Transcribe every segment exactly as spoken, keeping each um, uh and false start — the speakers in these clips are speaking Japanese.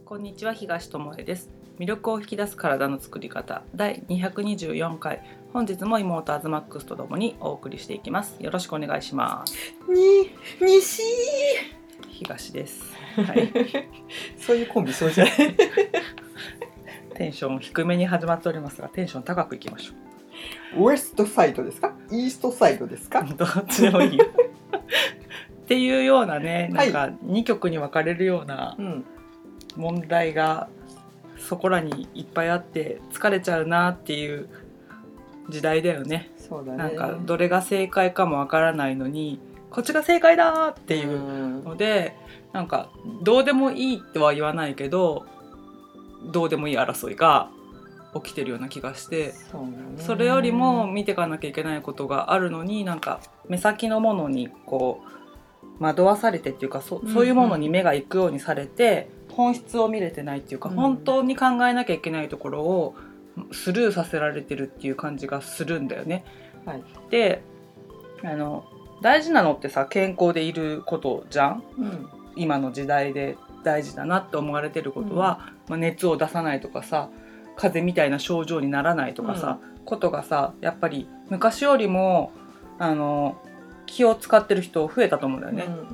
こんにちは、東智恵です。魅力を引き出す体の作り方だいにひゃくにじゅうよんかい、本日も妹アズマックスとともにお送りしていきます。よろしくお願いします。 に、西東です、はい、 そういうコンビそうじゃないテンション低めに始まっておりますが、テンション高くいきましょう。ウエストサイドですか、イーストサイドですかどっちでもいいよっていうようなね、なんかに局に分かれるような問題がそこらにいっぱいあって疲れちゃうなっていう時代だよね。 そうだね。 なんかどれが正解かもわからないのにこっちが正解だっていうので、なんかどうでもいいとは言わないけどどうでもいい争いが起きてるような気がして、 そうだね。 それよりも見ていかなきゃいけないことがあるのに、なんか目先のものにこう惑わされてっていうか、 そ, そういうものに目が行くようにされて、本質を見れてないっていうか、うん、本当に考えなきゃいけないところをスルーさせられてるっていう感じがするんだよね、 はい、 であの大事なのってさ、健康でいることじゃん、うん、今の時代で大事だなって思われてることは、うんまあ、熱を出さないとかさ、風邪みたいな症状にならないとかさ、うん、ことがさ、やっぱり昔よりもあの気を使ってる人増えたと思うんだよね、うんうん、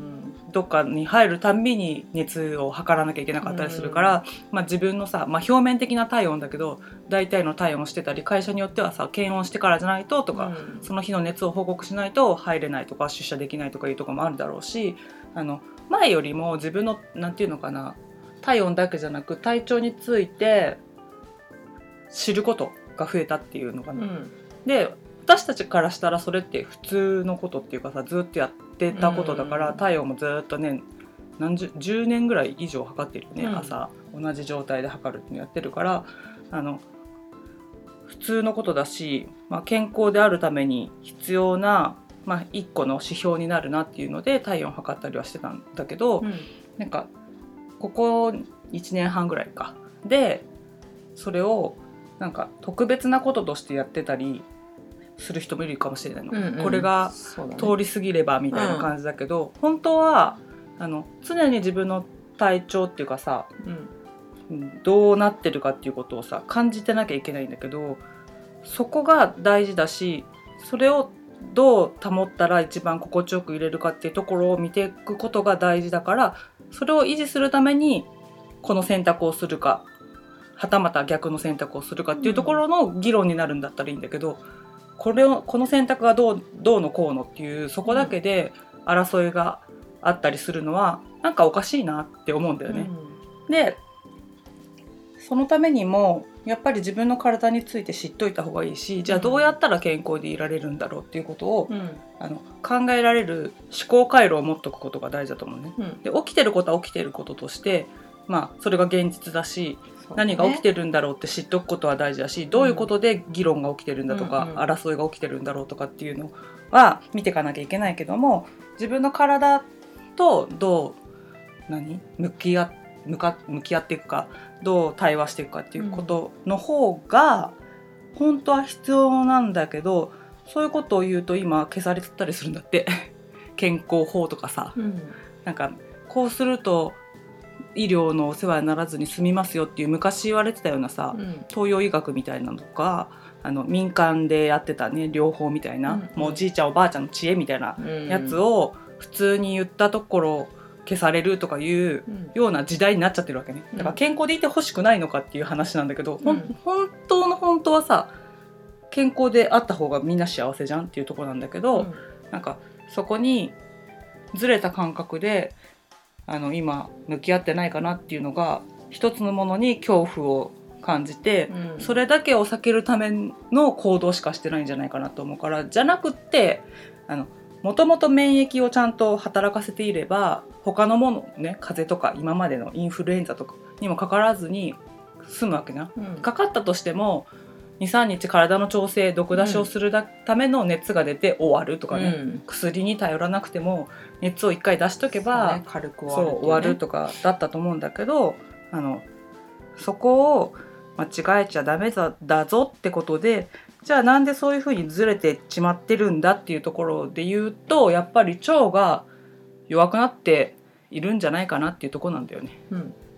どっかに入るたんびに熱を測らなきゃいけなかったりするから、うんまあ、自分のさ、まあ、表面的な体温だけど大体の体温をしてたり、会社によってはさ検温してからじゃないととか、うん、その日の熱を報告しないと入れないとか出社できないとかいうところもあるだろうし、あの前よりも自分のなんていうのかな、体温だけじゃなく体調について知ることが増えたっていうのかな、うん、で私たちからしたらそれって普通のことっていうかさ、ずっとやってたことだから、体温もずっとね何十じゅうねんぐらい以上測ってるよね、うん、朝同じ状態で測るっていうのやってるから、あの普通のことだし、まあ、健康であるために必要な、まあ、いっこの指標になるなっていうので体温測ったりはしてたんだけど、うん、なんかここいちねんはんぐらいかでそれをなんか特別なこととしてやってたりする人もいるかもしれないの、うんうん、これが通り過ぎればみたいな感じだけど、うん、本当はあの常に自分の体調っていうかさ、うん、どうなってるかっていうことをさ感じてなきゃいけないんだけど、そこが大事だし、それをどう保ったら一番心地よく入れるかっていうところを見ていくことが大事だから、それを維持するためにこの選択をするかはたまた逆の選択をするかっていうところの議論になるんだったらいいんだけど、これをこの選択がどう、どうのこうのっていうそこだけで争いがあったりするのはなんかおかしいなって思うんだよね、うん、でそのためにもやっぱり自分の体について知っといた方がいいし、じゃあどうやったら健康でいられるんだろうっていうことを、うん、あの考えられる思考回路を持っとくことが大事だと思うね、うん、で起きてることは起きてることとして、まあそれが現実だし、何が起きてるんだろうって知っておくことは大事だし、どういうことで議論が起きてるんだとか、うんうん、争いが起きてるんだろうとかっていうのは見ていかなきゃいけないけども、自分の体とどう何向き合、向か、向き合っていくか、どう対話していくかっていうことの方が本当は必要なんだけど、そういうことを言うと今消されてたりするんだって健康法とかさ、うん、なんかこうすると医療のお世話にならずに済みますよっていう昔言われてたようなさ、うん、東洋医学みたいなのとか、あの民間でやってたね療法みたいな、うんうん、もうおじいちゃんおばあちゃんの知恵みたいなやつを普通に言ったところ消されるとかいうような時代になっちゃってるわけね。だから健康でいてほしくないのかっていう話なんだけど、うん、本当の本当はさ健康であった方がみんな幸せじゃんっていうところなんだけど、うん、なんかそこにずれた感覚であの今向き合ってないかなっていうのが一つのものに恐怖を感じて、うん、それだけを避けるための行動しかしてないんじゃないかなと思うから、じゃなくってあのもともと免疫をちゃんと働かせていれば他のものね、風邪とか今までのインフルエンザとかにもかからずに済むわけな、うん、かかったとしても にさんにち体の調整毒出しをするための熱が出て終わるとかね、うん、薬に頼らなくても熱をいっかい出しとけば、ね、軽く終わる、ね、そう終わるとかだったと思うんだけど、あのそこを間違えちゃダメだ、だぞってことで、じゃあなんでそういう風にずれてしまってるんだっていうところで言うと、やっぱり腸が弱くなっているんじゃないかなっていうところなんだよね、うん、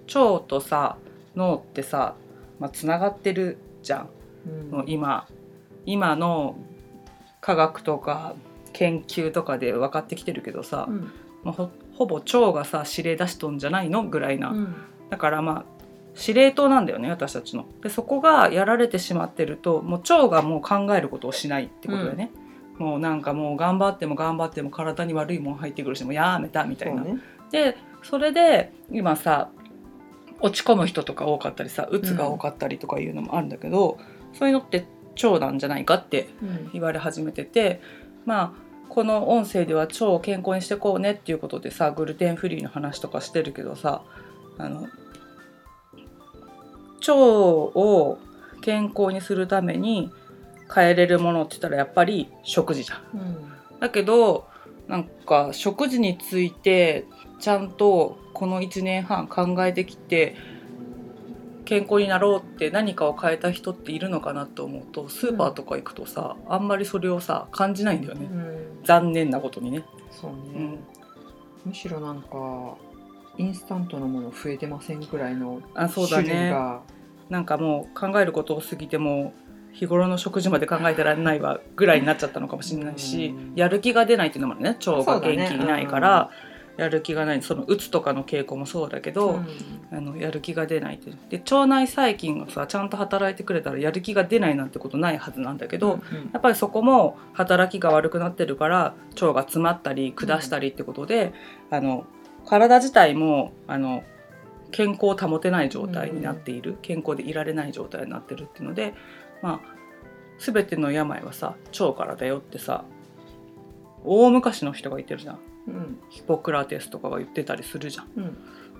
腸とさ脳ってさ、まあ、つながってるじゃん、 うん、 今今の科学とか研究とかで分かってきてるけどさ、 うんまあ、ほ, ほぼ腸がさ指令出しとんじゃないのぐらいな、 うん、 だからまあ司令塔なんだよね私たちの。でそこがやられてしまってるともう腸がもう考えることをしないってことだよね、うん、もうなんかもう頑張っても頑張っても体に悪いもん入ってくるしもうやめたみたいな、 ね、 でそれで今さ落ち込む人とか多かったりさうつが多かったりとかいうのもあるんだけど、うん、そういうのって腸なんじゃないかって言われ始めてて、うん、まあこの音声では腸を健康にしてこうねっていうことでさグルテンフリーの話とかしてるけどさ、あの腸を健康にするために変えれるものって言ったらやっぱり食事じゃん、うん、だけどなんか食事についてちゃんとこのいちねんはん考えてきて健康になろうって何かを変えた人っているのかなと思うとスーパーとか行くとさ、うん、あんまりそれをさ感じないんだよね、うん、残念なことにね。 そうね、うん、むしろなんかインスタントのもの増えてませんぐらいの種類が、あ、そうだね、 なんかもう考えることを過ぎても日頃の食事まで考えてられないわぐらいになっちゃったのかもしれないし、うん、やる気が出ないっていうのもあるね、腸が元気にないから、やる気がない、そのうつとかの傾向もそうだけど、うん、あのやる気が出ないってで腸内細菌がさちゃんと働いてくれたらやる気が出ないなんてことないはずなんだけど、うんうん、やっぱりそこも働きが悪くなってるから腸が詰まったり下したりってことで、うん、あの体自体もあの健康を保てない状態になっている、うん、健康でいられない状態になってるっていうので、まあ、全ての病はさ腸からだよってさ大昔の人が言ってるじゃん、うん、ヒポクラテスとかが言ってたりするじゃん、うん、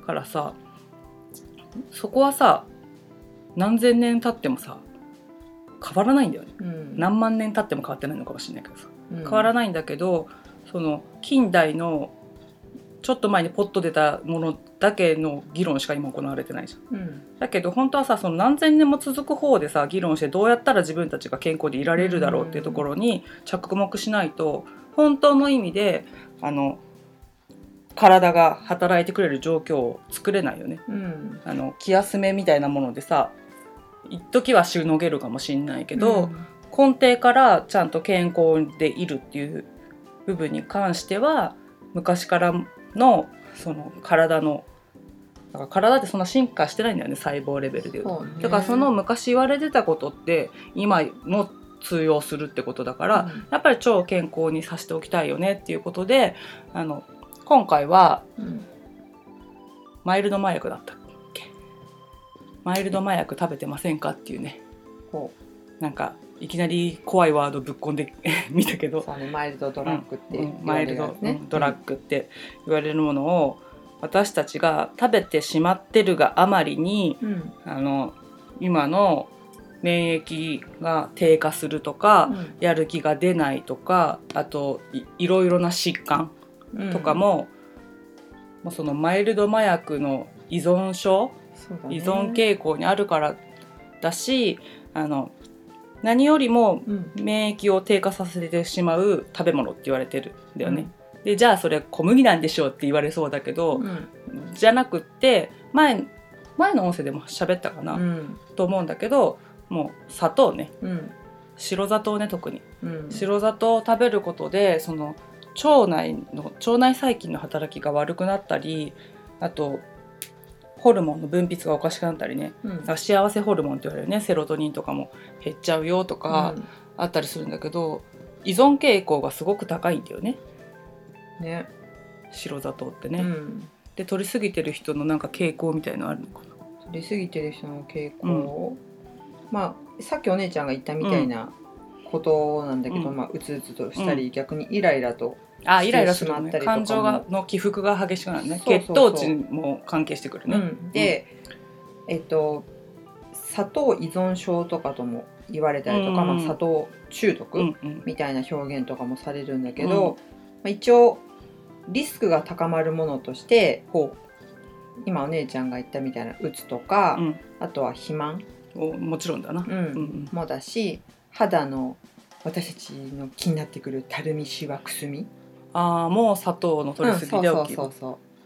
からさそこはさ何千年経ってもさ変わらないんだよね、うん、何万年経っても変わってないのかもしれないけどさ、うん、変わらないんだけどその近代のちょっと前にポッと出たものだけの議論しか今行われてないじゃん、うん、だけど本当はさその何千年も続く方でさ議論してどうやったら自分たちが健康でいられるだろうっていうところに着目しないと本当の意味であの体が働いてくれる状況を作れないよね、うん、あの気休めみたいなものでさ一時はしのげるかもしれないけど、うん、根底からちゃんと健康でいるっていう部分に関しては昔からのその体のだから体ってそんな進化してないんだよね細胞レベルでいうと、だからその昔言われてたことって今も通用するってことだから、うん、やっぱり腸を健康にさせておきたいよねっていうことであの今回は、うん、マイルド麻薬だったっけマイルド麻薬食べてませんかっていうね、ほうなんかいきなり怖いワードぶっこんで見たけどそう、ね、マイルドドラッグって、 うんうん、マイルド、ね、ドラッグって言われるものを私たちが食べてしまってるがあまりに、うん、あの今の免疫が低下するとか、うん、やる気が出ないとかあと い, いろいろな疾患とかも、うん、そのマイルド麻薬の依存症、ね、依存傾向にあるからだしあの何よりも免疫を低下させてしまう食べ物って言われてるんだよね、うん、でじゃあそれ小麦なんでしょうって言われそうだけど、うん、じゃなくって前前の音声でも喋ったかな、うん、と思うんだけどもう砂糖ね、うん、白砂糖ね特に、うん、白砂糖を食べることでその腸内の腸内細菌の働きが悪くなったりあとホルモンの分泌がおかしくなったりね、うん、幸せホルモンって言われるねセロトニンとかも減っちゃうよとかあったりするんだけど、うん、依存傾向がすごく高いんだよね、ね白砂糖ってね、うん、で取りすぎてる人のなんか傾向みたいのあるのかな。 取りすぎてる人の傾向、うん、まあさっきお姉ちゃんが言ったみたいなことなんだけど、うんまあ、うつうつとしたり、うん、逆にイライラとあイライラする、ね、感情がの起伏が激しくなるね。そうそうそう血糖値も関係してくるね、うん、 で、えっと砂糖依存症とかとも言われたりとか、うんまあ、砂糖中毒みたいな表現とかもされるんだけど、うんまあ、一応リスクが高まるものとして、うん、今お姉ちゃんが言ったみたいなうつとか、うん、あとは肥満おもちろんだな、うんうん、 もだし肌の私たちの気になってくるたるみしわくすみああもう砂糖の取りすぎで起きる、 うん、そうそうそうそう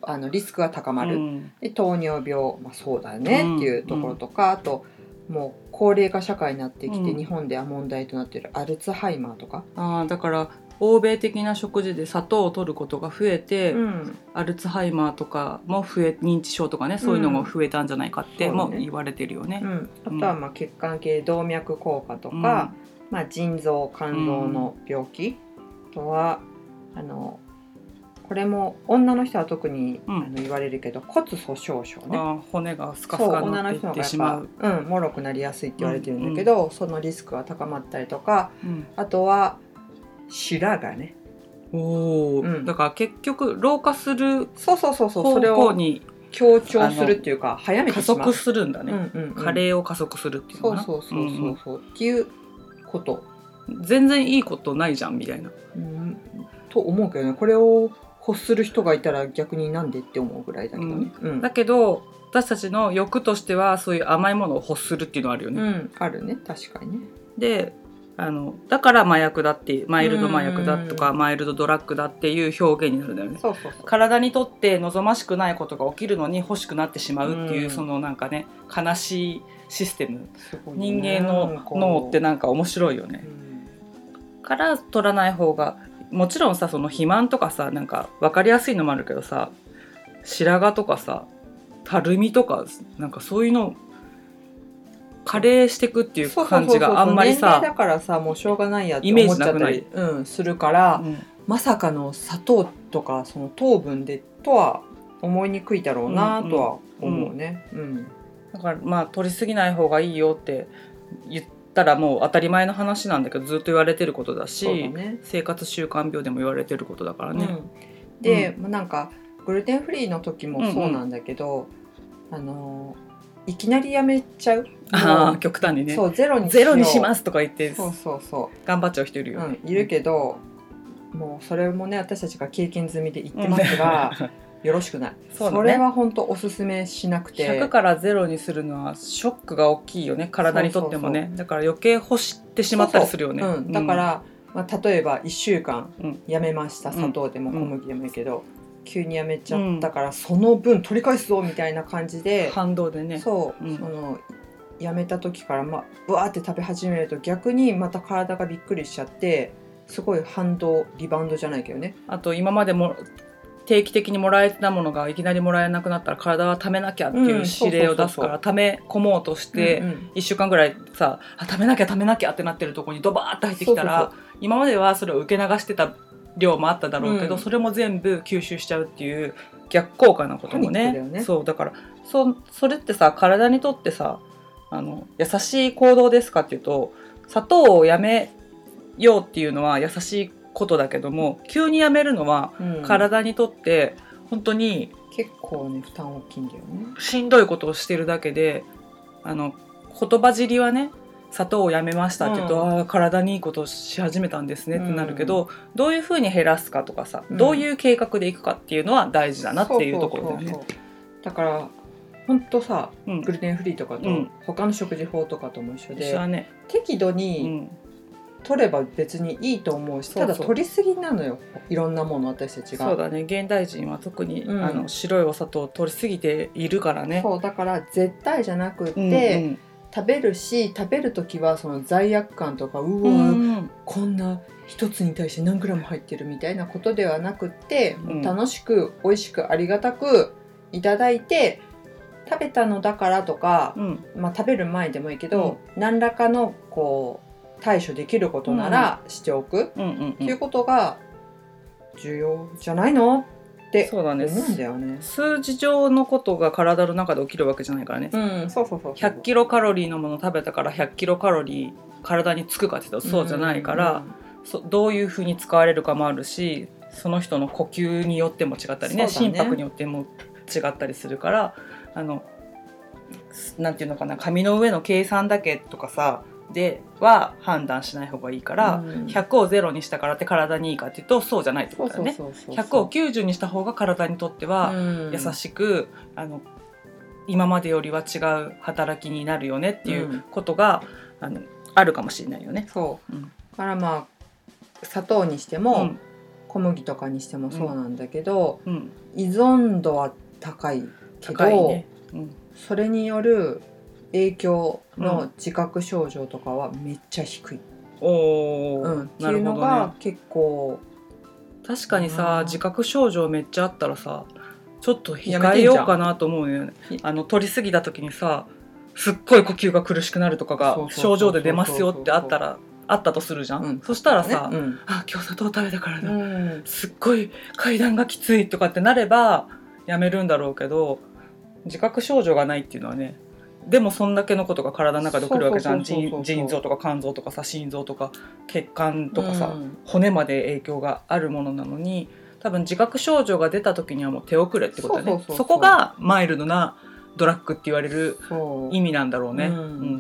あのリスクが高まる、 うん、 で糖尿病、まあ、そうだよねっていうところとか、うん、あともう高齢化社会になってきて、うん、日本では問題となっているアルツハイマーとか、 あだから欧米的な食事で砂糖を摂ることが増えて、うん、アルツハイマーとかも増え認知症とかね、そういうのも増えたんじゃないかっても言われてるよね。 うん、あとはまあ血管系動脈硬化とか、うんまあ、腎臓肝臓の病気、うん、あとはあのこれも女の人は特に、うん、あの言われるけど骨粗しょう症ね、 あ骨がスカスカになっていってしまう、 うん、もろくなりやすいって言われてるんだけど、うんうん、そのリスクが高まったりとか、うん、あとは白髪ね。 お、うん、だから結局老化するそうそうそうそう、それを強調するっていうか早めてしまう、 加速するんだね、うんうんうん、加齢を加速するっていうのかな、 そうそうそうそうそう、うんうん、っていうこと。 全然いいことないじゃんみたいな、 うん、と思うけどね。これを欲する人がいたら逆になんでって思うぐらいだけどね、 うんうん、だけど私たちの欲としてはそういう甘いものを欲するっていうのはあるよね、 うん、あるね、確かにね。 であのだから麻薬だってマイルド麻薬だとかマイルドドラッグだっていう表現になるんだよね。 そうそうそう、 体にとって望ましくないことが起きるのに欲しくなってしまうっていう、うん、そのなんかね悲しいシステム、ね、人間の脳ってなんか面白いよね、うん、から取らない方がもちろんさ、その肥満とかさなんか分かりやすいのもあるけどさ、白髪とかさたるみとかなんかそういうの加齢していくっていう感じがあんまりさ、 年齢だからさもうしょうがないやって思っちゃったり、うん、するから、うん、まさかの砂糖とかその糖分でとは思いにくいだろうなとは思うね、うんうんうん、 だからまあ取りすぎない方がいいよって言ったらもう当たり前の話なんだけどずっと言われてることだし、そうだね、生活習慣病でも言われてることだからね、 うん、で、うん、なんかグルテンフリーの時もそうなんだけど、うんうん、あのいきなりやめちゃう、 あ極端にね、 そうゼロにしゼロにしますとか言ってそうそうそう頑張っちゃう人いるよね、 うん、いるけどもうそれもね私たちが経験済みで言ってますが、うん、よろしくない そ,、ね、それは本当おすすめしなくて、 ひゃくからゼロにするのはショックが大きいよね、体にとってもね。そうそうそう、だから余計欲してしまったりするよね。 そうそう、うん、だから、まあ、例えばいっしゅうかんやめました、うん、砂糖でも小麦でもいいけど、うん、急にやめちゃったから、うん、その分取り返すぞみたいな感じで反動でね、 そう、うん、そのやめた時からまあブワーって食べ始めると逆にまた体がびっくりしちゃってすごい反動リバウンドじゃないけどね。 あと今までも定期的にもらえてたものがいきなりもらえなくなったら体は貯めなきゃっていう指令を出すから貯め込もうとしていっしゅうかんぐらいさ、あ貯めなきゃ貯めなきゃってなってるところにドバーって入ってきたら、そうそうそう、今まではそれを受け流してた量もあっただろうけど、うん、それも全部吸収しちゃうっていう逆効果なことも ね, ねそうだから そ, それってさ体にとってさあの優しい行動ですかっていうと、砂糖をやめようっていうのは優しいことだけども急にやめるのは体にとって本当に、 うん、結構ね負担大きいんだよね。 しんどいことをしてるだけで、あの言葉尻はね砂糖をやめましたって言うと、うん、あ体にいいことをし始めたんですねってなるけど、うん、どういうふうに減らすかとかさ、うん、どういう計画でいくかっていうのは大事だなっていうところだよね。そうそうそうそう、 だから本当さ、うん、グルテンフリーとかと、うん、他の食事法とかとも一緒で、一緒、ね、適度に取れば別にいいと思うし、うん、ただ取りすぎなのよ、いろんなもの私たちが。 そうだね、現代人は特に、うん、あの白いお砂糖を取りすぎているからね。 そうだから絶対じゃなくって、うんうん、食べるし食べるときはその罪悪感とかうわ、うん、こんな一つに対して何グラム入ってるみたいなことではなくって、うん、楽しく美味しくありがたくいただいて、食べたのだからとか、うんまあ、食べる前でもいいけど、うん、何らかのこう対処できることならしておくっていうことが重要じゃないのって思うんだよね。 数字上のことが体の中で起きるわけじゃないからね、 うん、そうそうそうそう、 ひゃくキロカロリーのもの食べたからひゃくキロカロリー体につくかって言うとそうじゃないから、うんうん、そどういうふうに使われるかもあるし、その人の呼吸によっても違ったり ね, ね心拍によっても違ったりするから、あのなんていうのかな、紙の上の計算だけとかさでは判断しない方がいいから、うん、ひゃくをゼロにしたからって体にいいかっていうとそうじゃないってことだよね。ひゃくをきゅうじゅうにした方が体にとっては優しく、うん、あの今までよりは違う働きになるよねっていうことが、うん、あのあるかもしれないよね。 そう、うん、だからまあ砂糖にしても、うん、 小麦とかにしてもそうなんだけど、 うん、 依存度は高いけど、ねうん、それによる影響の自覚症状とかはめっちゃ低い、 おうん、っていうのが結構、 ね、確かにさ自覚症状めっちゃあったらさちょっと控えようかなと思うよね。あの取りすぎた時にさすっごい呼吸が苦しくなるとかが症状で出ますよってあったらあったとするじゃん、うん、そしたらさ、ねうん、あ今日砂糖食べたからだ、うん、すっごい階段がきついとかってなればやめるんだろうけど自覚症状がないっていうのはねでもそんだけのことが体の中で起きるわけじゃん。腎臓とか肝臓とかさ心臓とか血管とかさ、うん、骨まで影響があるものなのに多分自覚症状が出た時にはもう手遅れってことだね。そこがマイルドなドラッグって言われる意味なんだろうね。うんうん、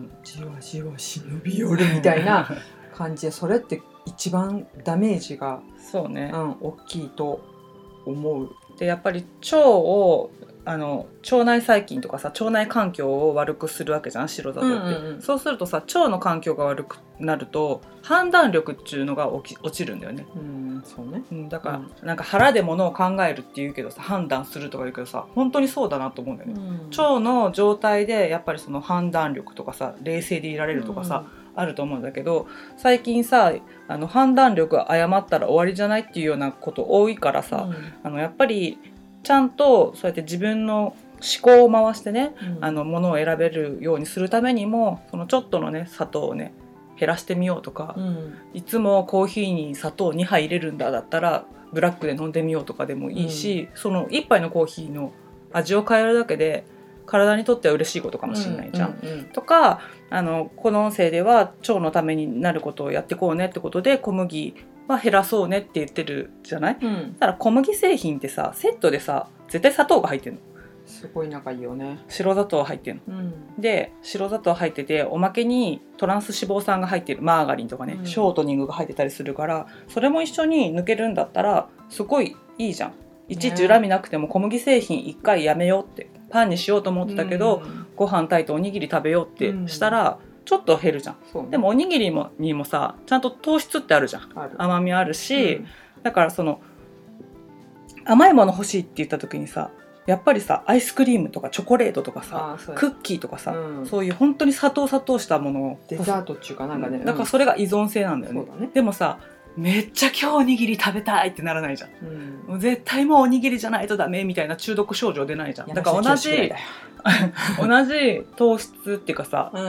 じわじわ忍び寄るみたいな感じでそれって一番ダメージがそうね、 うん、大きいと思う。 でやっぱり腸をあの腸内細菌とかさ腸内環境を悪くするわけじゃん白砂糖って、うんうんうん、そうするとさ腸の環境が悪くなると判断力っていうのが起き落ちるんだよね。 うんそうね、 うん、だから、うん、なんか腹で物を考えるっていうけどさ判断するとか言うけどさ本当にそうだなと思うんだよね、うん、腸の状態でやっぱりその判断力とかさ冷静でいられるとかさ、うん、あると思うんだけど最近さあの判断力誤ったら終わりじゃないっていうようなこと多いからさ、うん、あのやっぱりちゃんとそうやって自分の思考を回してね、うん、あの物を選べるようにするためにもそのちょっとのね砂糖をね減らしてみようとか、うん、いつもコーヒーに砂糖にはい入れるんだだったらブラックで飲んでみようとかでもいいし、うん、そのいっぱいのコーヒーの味を変えるだけで体にとっては嬉しいことかもしれないじゃん、うんうんうん、とかあのこの音声では腸のためになることをやっていこうねってことで小麦は減らそうねって言ってるじゃない、うん、だから小麦製品ってさセットでさ絶対砂糖が入ってるの。 すごい仲いいよね。 白砂糖入ってるの、うん、で白砂糖入ってておまけにトランス脂肪酸が入ってるマーガリンとかね、うん、ショートニングが入ってたりするからそれも一緒に抜けるんだったらすごいいいじゃん。いちいち恨みなくても小麦製品一回やめようってパンにしようと思ってたけど、うん、ご飯炊いておにぎり食べようってしたらちょっと減るじゃん、うん、でもおにぎりもにもさちゃんと糖質ってあるじゃん。ある甘みあるし、うん、だからその甘いもの欲しいって言った時にさやっぱりさアイスクリームとかチョコレートとかさクッキーとかさ、うん、そういう本当に砂糖砂糖したものをデザートっていうかなんかね、 だからそれが依存性なんだよね。そうだね。でもさめっちゃ今日おにぎり食べたいってならないじゃん、うん、もう絶対もうおにぎりじゃないとダメみたいな中毒症状出ないじゃん。だから同じ同じ糖質っていうかさ、うん、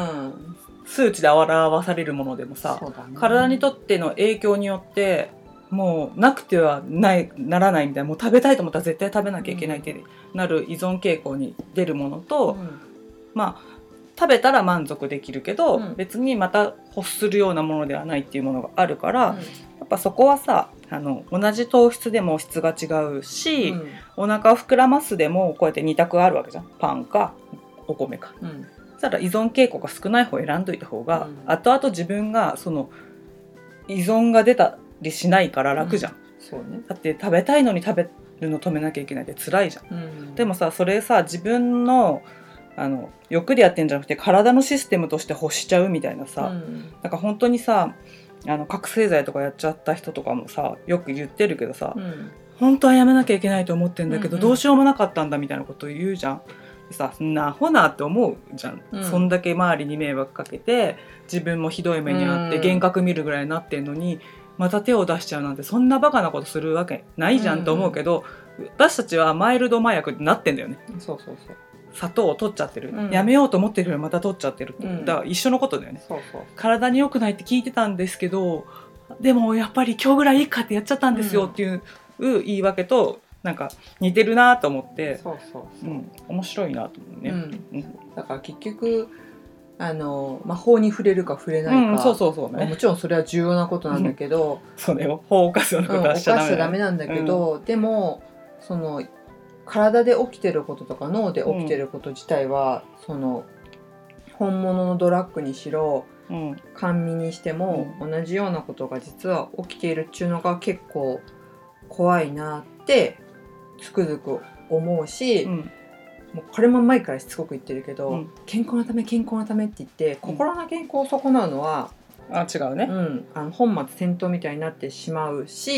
数値で表されるものでもさ、ね、体にとっての影響によってもうなくてはないならないみたいなもう食べたいと思ったら絶対食べなきゃいけないってなる依存傾向に出るものと、うん、まあ食べたら満足できるけど、うん、別にまた欲するようなものではないっていうものがあるから、うん、やっぱそこはさあの同じ糖質でも質が違うし、うん、お腹を膨らますでもこうやってに択あるわけじゃん。パンかお米か、うん、そしたら依存傾向が少ない方を選んどいた方が、うん、後々自分がその依存が出たりしないから楽じゃん、うんそうね、だって食べたいのに食べるの止めなきゃいけないって辛いじゃん、うん、でもさそれさ自分のあの欲でやってんじゃなくて体のシステムとして欲しちゃうみたいなさ、うん、なんか本当にさあの覚醒剤とかやっちゃった人とかもさよく言ってるけどさ、うん、本当はやめなきゃいけないと思ってんだけど、うんうん、どうしようもなかったんだみたいなことを言うじゃん。さそんなアホなって思うじゃん、うん、そんだけ周りに迷惑かけて自分もひどい目にあって幻覚見るぐらいになってんのにまた手を出しちゃうなんてそんなバカなことするわけないじゃんと思うけど、うんうん、私たちはマイルド麻薬になってんだよね。 そうそうそう砂糖を取っちゃってる、うん、やめようと思ってるよりまた取っちゃってる、うん、だから一緒のことだよね。そうそう体に良くないって聞いてたんですけどでもやっぱり今日ぐらいいいかってやっちゃったんですよっていう、うん、言い訳となんか似てるなと思ってそうそうそう、うん、面白いなと思うね、うんうん、 だから結局あの、まあ、法に触れるか触れないか、 うん、そうそうそうね、 もちろんそれは重要なことなんだけど、うん、 それを法を犯すようなことはしちゃダメ、 うん、犯しちゃダメなんだけど、うん、でもその体で起きてることとか脳で起きてること自体は、うん、その本物のドラッグにしろ、うん、甘味にしても、うん、同じようなことが実は起きているっていうのが結構怖いなってつくづく思うし、うん、もうこれも前からしつこく言ってるけど、うん、健康のため健康のためって言って心の健康を損なうのは、 うん、あ違うね、 うん、あの本末転倒みたいになってしまうし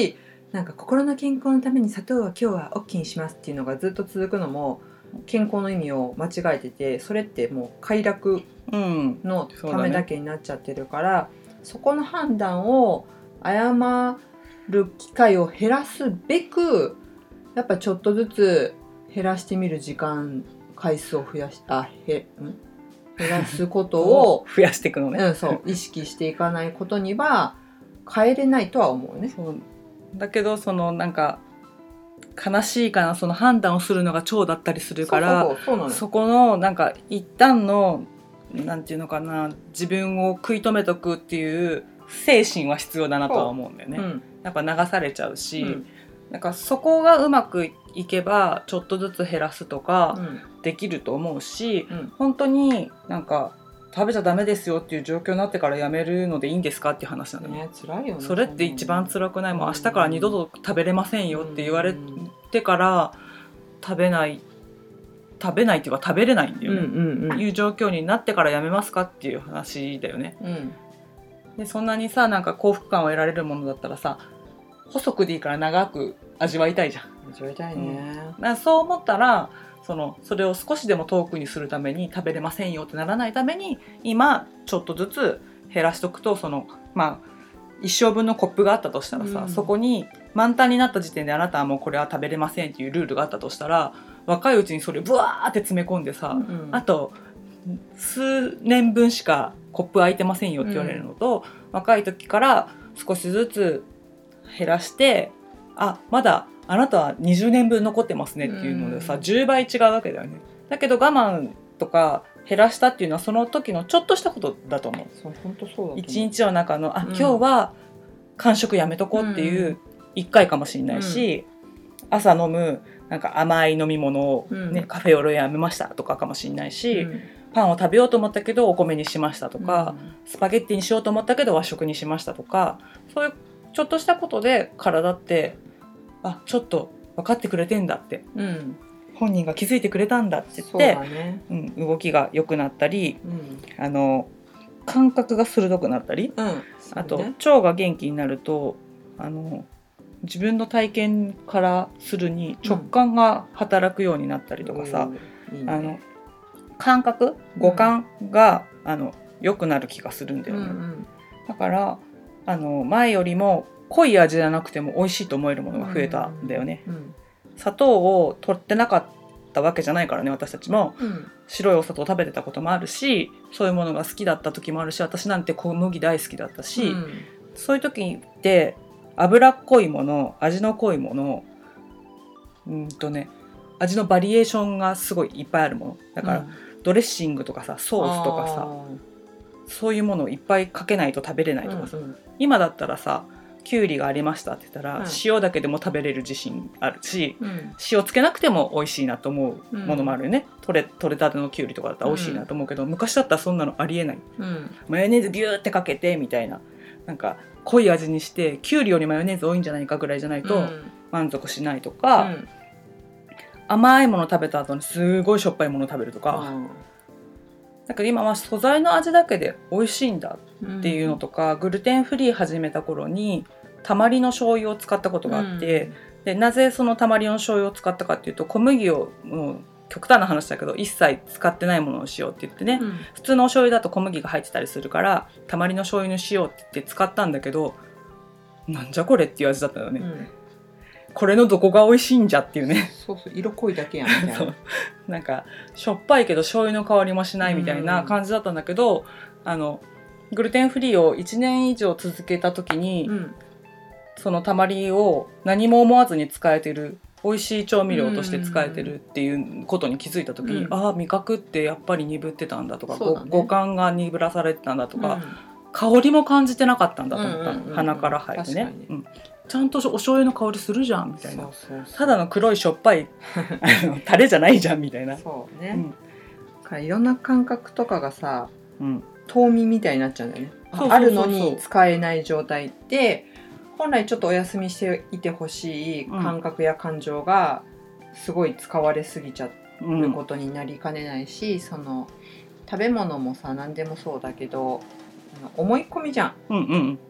なんか心の健康のために砂糖は今日は OK にしますっていうのがずっと続くのも健康の意味を間違えてて、それってもう快楽のためだけになっちゃってるから、うん そ, ね、そこの判断を誤る機会を減らすべくやっぱちょっとずつ減らしてみる時間回数を増やしあへん減らすことを増やしていくのね、 うん、そう意識していかないことには変えれないとは思うね。 そうだけどそのなんか悲しいかな、その判断をするのが腸だったりするから、 そうそうそう、そうなの。 そこのなんか一旦のなんていうのかな、自分を食い止めとくっていう精神は必要だなとは思うんだよね、うん、やっぱ流されちゃうし、うん、なんかそこがうまくいけばちょっとずつ減らすとかできると思うし、うん、本当になんか食べちゃダメですよっていう状況になってからやめるのでいいんですかっていう話なんだよね。 辛いよね。 それって一番辛くない？もう明日から二度と食べれませんよって言われてから食べない食べないっていうか食べれないんだよね、うんうんうん、いう状況になってからやめますかっていう話だよね、うん、でそんなにさなんか幸福感を得られるものだったらさ細くでいいから長く味わいたいじゃん。 味わいたいね、うん、 だからそう思ったらそのそれを少しでも遠くにするために食べれませんよってならないために今ちょっとずつ減らしとくと、そのまあ一生分のコップがあったとしたらさ、うん、そこに満タンになった時点であなたはもうこれは食べれませんっていうルールがあったとしたら、若いうちにそれブワーって詰め込んでさ、うん、あと数年分しかコップ空いてませんよって言われるのと、うん、若い時から少しずつ減らして、あまだあなたはにじゅうねんぶん残ってますねっていうのでさ、うん、じゅうばい違うわけだよね。だけど我慢とか減らしたっていうのはその時のちょっとしたことだと思う。 そう本当そうだと思う。 一日の中のあ、うん、今日は間食やめとこうっていういっかいかもしれないし、うん、朝飲むなんか甘い飲み物を、ねうん、カフェオレやめましたとかかもしれないし、うん、パンを食べようと思ったけどお米にしましたとか、うん、スパゲッティにしようと思ったけど和食にしましたとか、そういうちょっとしたことで体ってあちょっと分かってくれてんだって、うん、本人が気づいてくれたんだって言って、ねうん、動きが良くなったり、うん、あの感覚が鋭くなったり、うんね、あと腸が元気になるとあの自分の体験からするに直感が働くようになったりとかさ、うんいいね、あの感覚五感が、うん、あの良くなる気がするんだよね、うんうん、だからあの前よりも濃い味じゃなくても美味しいと思えるものが増えたんだよね、うんうん、砂糖を取ってなかったわけじゃないからね、私たちも、うん、白いお砂糖を食べてたこともあるし、そういうものが好きだった時もあるし、私なんて小麦大好きだったし、うん、そういう時って脂っこいもの、味の濃いもの、うんとね、味のバリエーションがすごいいっぱいあるものだから、うん、ドレッシングとかさソースとかさそういうものをいっぱいかけないと食べれないとかさ、うんうん、今だったらさきゅうりがありましたって言ったら、うん、塩だけでも食べれる自信あるし、うん、塩つけなくても美味しいなと思うものもあるよね、うん、取れ、取れたてのきゅうりとかだったら美味しいなと思うけど、うん、昔だったらそんなのありえない、うん、マヨネーズビューってかけてみたいな、なんか濃い味にしてきゅうりよりマヨネーズ多いんじゃないかぐらいじゃないと満足しないとか、うん、甘いもの食べた後にすごいしょっぱいもの食べるとか、うん、だけど今は素材の味だけで美味しいんだっていうのとか、うん、グルテンフリー始めた頃にたまりの醤油を使ったことがあって、うん、でなぜそのたまりの醤油を使ったかっていうと、小麦をもう極端な話だけど一切使ってないものをしようって言ってね、うん、普通のお醤油だと小麦が入ってたりするからたまりの醤油にしようって言って使ったんだけど、なんじゃこれっていう味だったよね、うん、これのどこが美味しいんじゃっていうね。 そうそう色濃いだけやんみたいなそうなんかしょっぱいけど醤油の香りもしないみたいな感じだったんだけど、うん、あのグルテンフリーをいちねん以上続けた時に、うん、そのたまりを何も思わずに使えてる美味しい調味料として使えてるっていうことに気づいた時に、うん、ああ味覚ってやっぱり鈍ってたんだとか、ね、五感が鈍らされてたんだとか、うん、香りも感じてなかったんだと思った、うんうんうんうん、鼻から入るね、うん、ちゃんとお醤油の香りするじゃんみたいな、そうそうそうただの黒いしょっぱいあのタレじゃないじゃんみたいな、 そうね、うん、いろんな感覚とかがさ、うん、冬眠みたいになっちゃうんだよね。そうそうそうそう、あるのに使えない状態って本来ちょっとお休みしていてほしい感覚や感情がすごい使われすぎちゃうことになりかねないし、うん、その食べ物もさ何でもそうだけど思い込みじゃん、うんうん、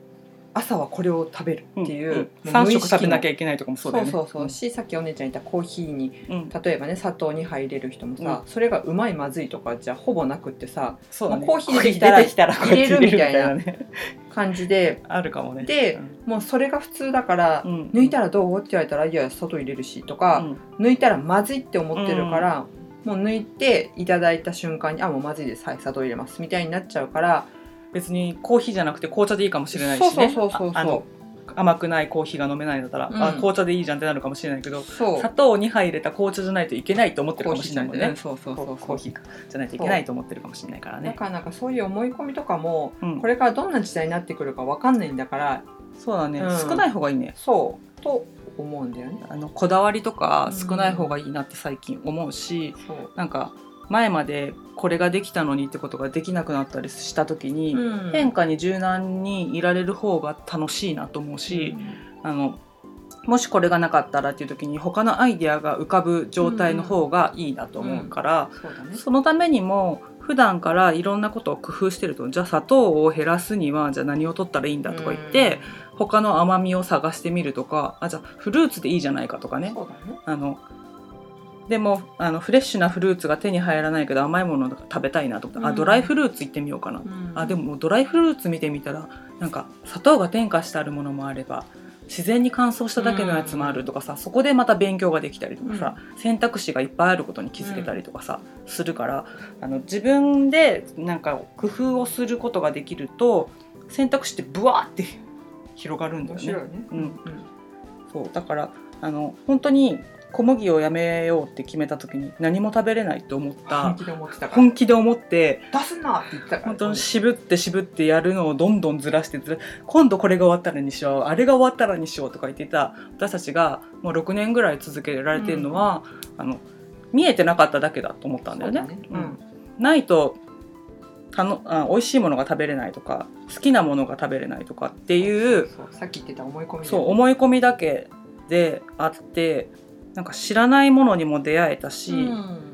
朝はこれを食べるっていう、うんうん、さん食食べなきゃいけないとかもそうだよね。 そうそうそう、うん、しさっきお姉ちゃん言ったコーヒーに、うん、例えばね砂糖に入れる人もさ、うん、それがうまいまずいとかじゃほぼなくってさ、そうだね、もうコーヒー出てきたら入れるみたいな感じであるかもね。 で、うん、もうそれが普通だから、うん、抜いたらどうって言われたらいや砂糖入れるしとか、うん、抜いたらまずいって思ってるから、うん、もう抜いていただいた瞬間にあもうまずいです、はい砂糖入れますみたいになっちゃうから、 別にコーヒーじゃなくて紅茶でいいかもしれないしね。そうそうそうそう、あの甘くないコーヒーが飲めないんだったら、うん、あ紅茶でいいじゃんってなるかもしれないけど、砂糖にはい入れた紅茶じゃないといけないと思ってるかもしれないんでね。そうそうそうそう、コーヒーじゃないといけないと思ってるかもしれないからね。 だからなんかそういう思い込みとかも、うん、これからどんな時代になってくるか分かんないんだから、 そうだね、うん、少ない方がいいね。 そうと思うんだよね。 あのこだわりとか少ない方がいいなって最近思うし、うん、なんか前までこれができたのにってことができなくなったりした時に、うん、変化に柔軟にいられる方が楽しいなと思うし、うん、あのもしこれがなかったらっていう時に他のアイデアが浮かぶ状態の方がいいなと思うから、うんうん そうだね、そのためにも普段からいろんなことを工夫してると、じゃあ砂糖を減らすにはじゃあ何を取ったらいいんだとか言って、うん、他の甘みを探してみるとか、あじゃあフルーツでいいじゃないかとかね。そうだね、あのでもあのフレッシュなフルーツが手に入らないけど甘いもの食べたいなと思って、うん、あドライフルーツ行ってみようかな、うん、あでもドライフルーツ見てみたらなんか砂糖が添加してあるものもあれば自然に乾燥しただけのやつもあるとかさ、そこでまた勉強ができたりとかさ、うん、選択肢がいっぱいあることに気づけたりとかさ、うん、するから、あの自分でなんか工夫をすることができると選択肢ってブワーって広がるんだよね。面白いね、うんうん、そうだからあの本当に小麦をやめようって決めた時に何も食べれないと思った本気で思ってたから本気で思って出すなって言ってたから、 本当に渋って渋ってやるのをどんどんずらしてずら今度これが終わったらにしようあれが終わったらにしようとか言ってた私たちがもうろくねんぐらい続けられてるのは、うん、あの見えてなかっただけだと思ったんだよね。ね、うん、ないとたのあ美味しいものが食べれないとか好きなものが食べれないとかっていうそうそうさっき言ってた思い込み、ね、 そう思い込みだけであってなんか知らないものにも出会えたし、うん、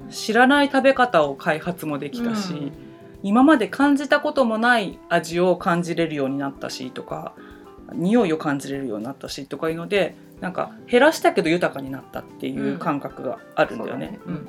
知らない食べ方を開発もできたし、うん、今まで感じたこともない味を感じれるようになったしとか匂いを感じれるようになったしとかいうのでなんか減らしたけど豊かになったっていう感覚があるんだよね。うんうん、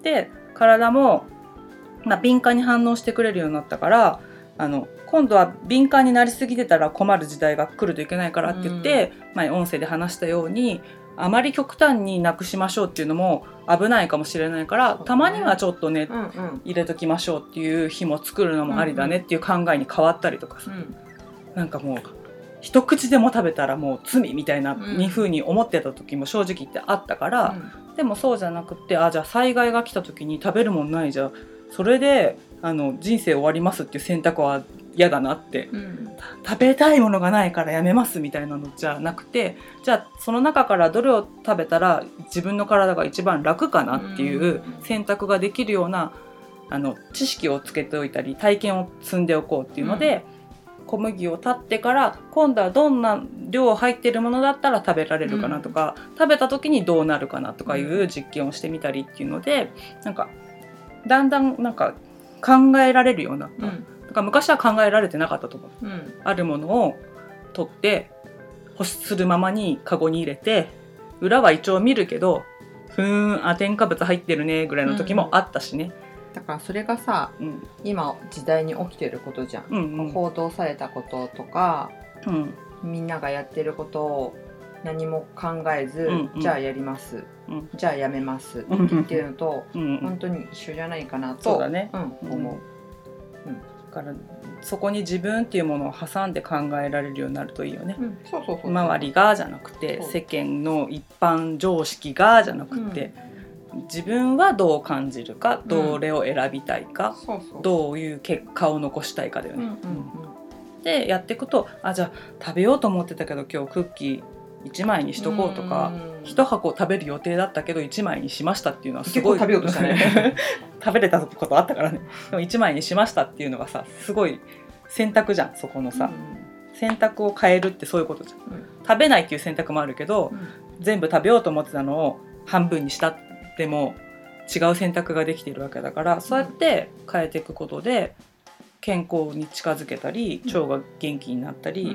で体も、まあ、敏感に反応してくれるようになったからあの今度は敏感になりすぎてたら困る時代が来るといけないからって言って、うん、前音声で話したようにあまり極端になくしましょうっていうのも危ないかもしれないから、ね、たまにはちょっとね、うんうん、入れときましょうっていう日も作るのもありだねっていう考えに変わったりとかさ、うんうん、なんかもう一口でも食べたらもう罪みたいなに風に思ってた時も正直言ってあったから、うん、でもそうじゃなくてあじゃあ災害が来た時に食べるもんないじゃんそれであの人生終わりますっていう選択は嫌だなって、うん、食べたいものがないからやめますみたいなのじゃなくてじゃあその中からどれを食べたら自分の体が一番楽かなっていう選択ができるようなあの知識をつけておいたり体験を積んでおこうっていうので、うん、小麦を断ってから今度はどんな量入ってるものだったら食べられるかなとか、うん、食べた時にどうなるかなとかいう実験をしてみたりっていうのでなんかだんだんなんか考えられるような、うん、だから昔は考えられてなかったと思う、うん、あるものを取って欲するままにカゴに入れて裏は一応見るけどふーんあ添加物入ってるねぐらいの時もあったしね、 うん、だからそれがさ、うん、今時代に起きてることじゃん、うんうん、報道されたこととか、うん、みんながやってることを何も考えず、うんうん、じゃあやります、うん、じゃあやめますって言ってるのと、うんうん、本当に一緒じゃないかなと、 そうだね、 うん、思う、 うん、だからそこに自分っていうものを挟んで考えられるようになるといいよね、うん、そうそうそうそう周りがじゃなくて世間の一般常識がじゃなくて、うん、自分はどう感じるかどれを選びたいか、うん、そうそうどういう結果を残したいかだよね、うんうんうん、でやっていくとあじゃあ食べようと思ってたけど今日クッキーいちまいにしとこうとかいち箱食べる予定だったけどいちまいにしましたっていうのはすごい結構食べようとしたね食べれたことあったからねでもいちまいにしましたっていうのがさすごい選択じゃんそこのさ、うん、選択を変えるってそういうことじゃん、うん、食べないっていう選択もあるけど、うん、全部食べようと思ってたのを半分にしたっても違う選択ができているわけだからそうやって変えていくことで健康に近づけたり腸が元気になったり、うん、っ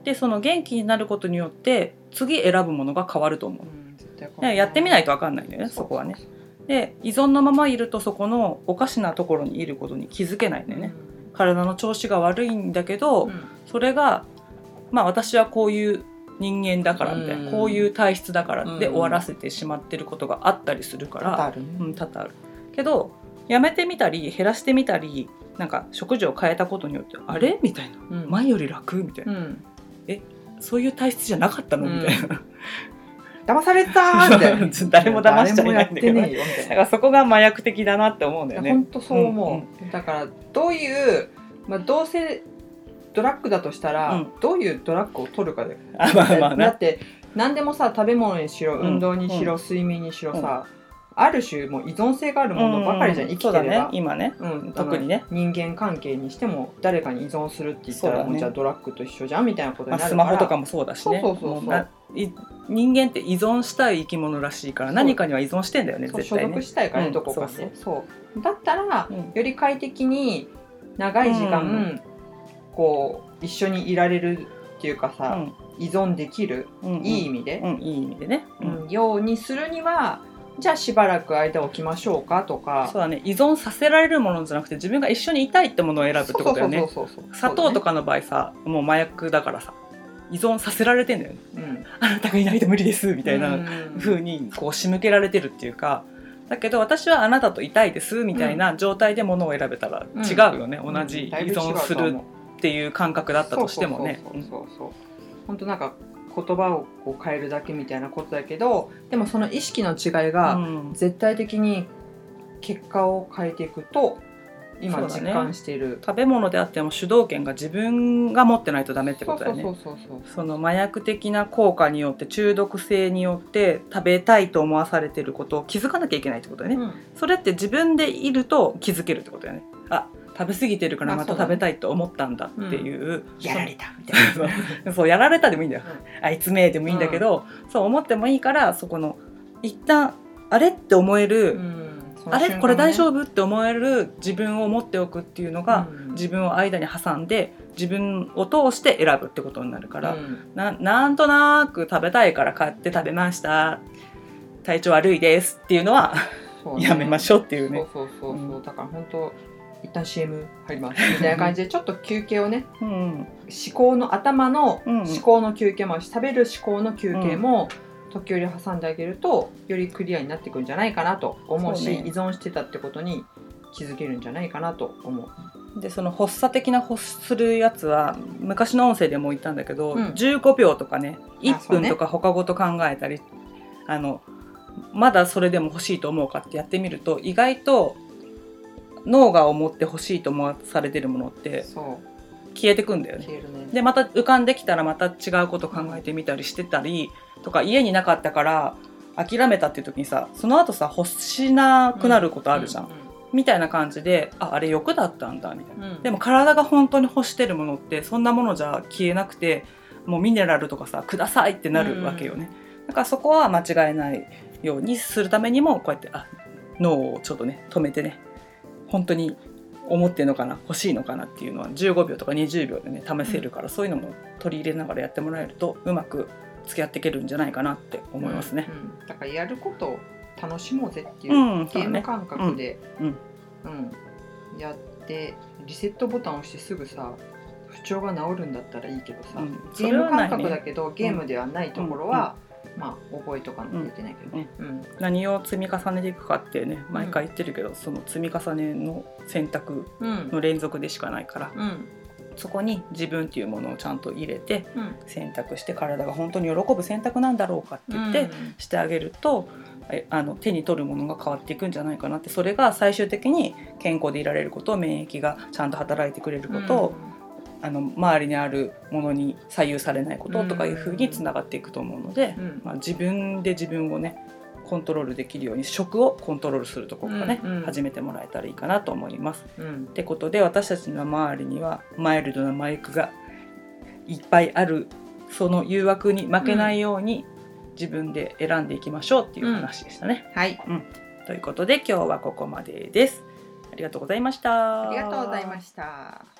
でその元気になることによって次選ぶものが変わると思う、 うん絶対でやってみないと分かんないんだよね、そこはね。で依存のままいるとそこのおかしなところにいることに気づけないんだよね、うん、体の調子が悪いんだけど、うん、それがまあ私はこういう人間だからみたいな、うん、こういう体質だからで終わらせてしまってることがあったりするから、 多々あるね、 うん、多々あるけどやめてみたり減らしてみたりなんか食事を変えたことによって、うん、あれみたいな、うん、前より楽みたいな、うん、えそういう体質じゃなかったの、うん、みたいな騙されたーみたいな誰も騙しちゃいないんだけど、ね、だからそこが麻薬的だなって思うんだよね。 本当そう思う、うんうん、だからどういう、まあ、どうせドラッグだとしたら、うん、どういうドラッグを取るかで、 あ、まあまあね、 だって何でもさ食べ物にしろ運動にしろ、うん、睡眠にしろさ、うんある種もう依存性があるものばかりじゃん、うん、生きてれば、 ね、今ね、うん、特にね人間関係にしても誰かに依存するって言ったら、ね、もうじゃあドラッグと一緒じゃんみたいなことになるから、 まあ、スマホとかもそうだしね。 そうそうそうそう人間って依存したい生き物らしいから何かには依存してんだよね、絶対ね。 所属したいからね、うん、どこかで、そうそうだったら、うん、より快適に長い時間、うん、こう一緒にいられるっていうかさ、うん、依存できる、うんうん、いい意味で、 うん、いい意味でね、 うん、ようにするにはじゃあしばらく間を置きましょうかとか。 そうだね、依存させられるものじゃなくて自分が一緒にいたいってものを選ぶってことだよね。砂糖とかの場合さ、もう麻薬だからさ依存させられてんだよね、うん、あなたがいないと無理ですみたいな風にこう仕向けられてるっていうか、だけど私はあなたといたいですみたいな状態でものを選べたら違うよね、うん、同じ依存するっていう感覚だったとしてもね。 本当なんか言葉をこう変えるだけみたいなことだけど、でもその意識の違いが絶対的に結果を変えていくと今実感している、 ね、食べ物であっても主導権が自分が持ってないとダメってことだよね。その麻薬的な効果によって中毒性によって食べたいと思わされてることを気づかなきゃいけないってことだよね、うん、それって自分でいると気づけるってことだよね。あ食べ過ぎてるからまた食べたいと思ったんだっていう、うん、 やられたみたいなそうやられたでもいいんだよ、うん、あいつめでもいいんだけど、うん、そう思ってもいいからそこの一旦あれって思える、うんね、あれこれ大丈夫って思える自分を持っておくっていうのが、うん、自分を間に挟んで自分を通して選ぶってことになるから、うん、な, なんとなく食べたいから買って食べました体調悪いですっていうのはね、やめましょうっていうね。 そうそうそうそう、うん、だから本当一旦 シーエム 入りますみたいな感じでちょっと休憩をね、うん、思考の頭の思考の休憩も食べる思考の休憩も時折挟んであげるとよりクリアになっていくんじゃないかなと思うし、ね、依存してたってことに気づけるんじゃないかなと思う。でその発作的な発するやつは昔の音声でも言ったんだけど、うん、じゅうごびょうとかねいっぷんとか他ごと考えたり あ, あのまだそれでも欲しいと思うかってやってみると意外と脳が思って欲しいと思わされてるものって消えてくんだよね。消えるね。でまた浮かんできたらまた違うこと考えてみたりしてたりとか家になかったから諦めたっていう時にさその後さ欲しなくなることあるじゃん、うんうんうん、みたいな感じで あ, あれ欲だったんだみたいな、うん、でも体が本当に欲してるものってそんなものじゃ消えなくてもうミネラルとかさくださいってなるわけよね、うん、だからそこは間違えないようにするためにもこうやってあ脳をちょっとね止めてね本当に思ってるのかな欲しいのかなっていうのはじゅうごびょうとかにじゅうびょうでね試せるから、うん、そういうのも取り入れながらやってもらえるとうまく付き合っていけるんじゃないかなって思いますね、 うんうん、だからやることを楽しもうぜっていう、うん、ゲーム感覚で、うんうんうん、やってリセットボタンを押してすぐさ不調が治るんだったらいいけどさ、うん、ゲーム感覚だけど、ね、ゲームではないところは、うんうんまあ、覚えとかなきゃいけないけどね、うんうん、 何を積み重ねていくかってね毎回言ってるけど、うん、その積み重ねの選択の連続でしかないから、うん、そこに自分っていうものをちゃんと入れて、うん、選択して体が本当に喜ぶ選択なんだろうかって言って、うん、してあげるとあの手に取るものが変わっていくんじゃないかなって、それが最終的に健康でいられること、免疫がちゃんと働いてくれること、うん、あの周りにあるものに左右されないこととかいう風につながっていくと思うので、うんまあ、自分で自分をねコントロールできるように食をコントロールするところからね、うんうん、始めてもらえたらいいかなと思います、うん、ってことで私たちの周りにはマイルドな麻薬がいっぱいある、その誘惑に負けないように自分で選んでいきましょうっていう話でしたね、 うん、はい、 うん、ということで今日はここまでです。ありがとうございました。 ありがとうございました。